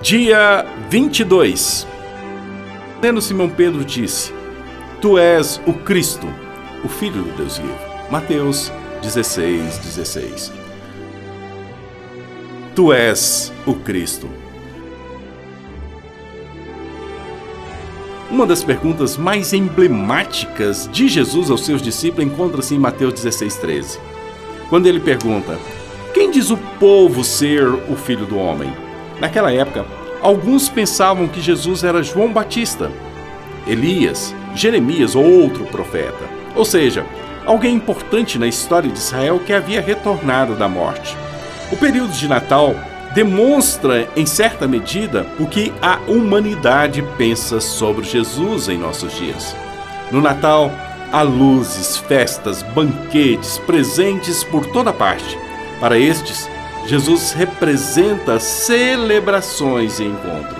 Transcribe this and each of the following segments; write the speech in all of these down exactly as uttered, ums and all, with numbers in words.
Dia vinte e dois. Tendo Simão Pedro disse: Tu és o Cristo, o Filho do Deus vivo. Mateus dezesseis, dezesseis. Tu és o Cristo. Uma das perguntas mais emblemáticas de Jesus aos seus discípulos encontra-se em Mateus dezesseis, treze. Quando ele pergunta: Quem diz o povo ser o Filho do Homem? Naquela época, alguns pensavam que Jesus era João Batista, Elias, Jeremias ou outro profeta. Ou seja, alguém importante na história de Israel que havia retornado da morte. O período de Natal demonstra, em certa medida, o que a humanidade pensa sobre Jesus em nossos dias. No Natal, há luzes, festas, banquetes, presentes por toda parte. Para estes, Jesus representa celebrações e encontro.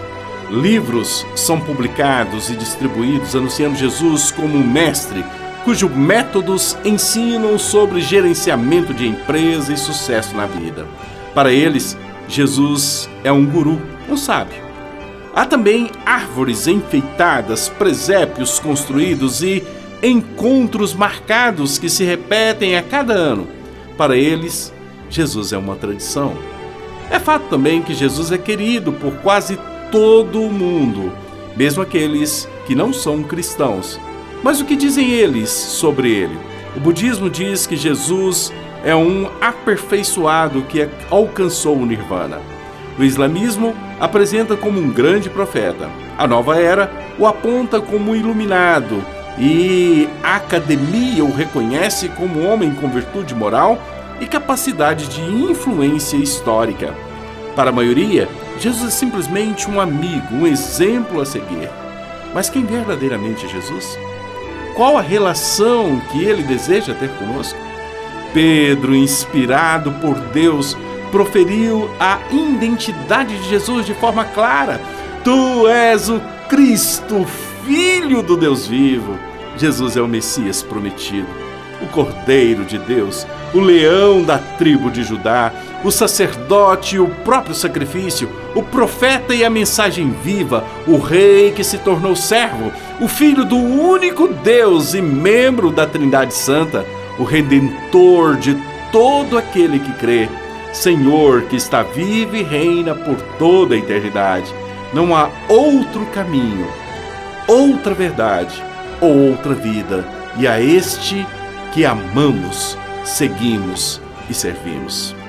Livros são publicados e distribuídos anunciando Jesus como um mestre, cujos métodos ensinam sobre gerenciamento de empresa e sucesso na vida. Para eles, Jesus é um guru, um sábio. Há também árvores enfeitadas, presépios construídos e encontros marcados que se repetem a cada ano. Para eles, Jesus é uma tradição. É fato também que Jesus é querido por quase todo o mundo, mesmo aqueles que não são cristãos. Mas o que dizem eles sobre ele? O budismo diz que Jesus é um aperfeiçoado que alcançou o Nirvana. O islamismo apresenta como um grande profeta. A nova era o aponta como um iluminado e a academia o reconhece como um homem com virtude moral e capacidade de influência histórica. Para a maioria, Jesus é simplesmente um amigo, um exemplo a seguir. Mas quem verdadeiramente é Jesus? Qual a relação que ele deseja ter conosco? Pedro, inspirado por Deus, proferiu a identidade de Jesus de forma clara. Tu és o Cristo, Filho do Deus vivo. Jesus é o Messias prometido, o Cordeiro de Deus, o leão da tribo de Judá, o sacerdote e o próprio sacrifício, o profeta e a mensagem viva, o rei que se tornou servo, o filho do único Deus e membro da Trindade Santa, o redentor de todo aquele que crê, Senhor que está vivo e reina por toda a eternidade. Não há outro caminho, outra verdade ou outra vida, e a este que amamos, seguimos e servimos.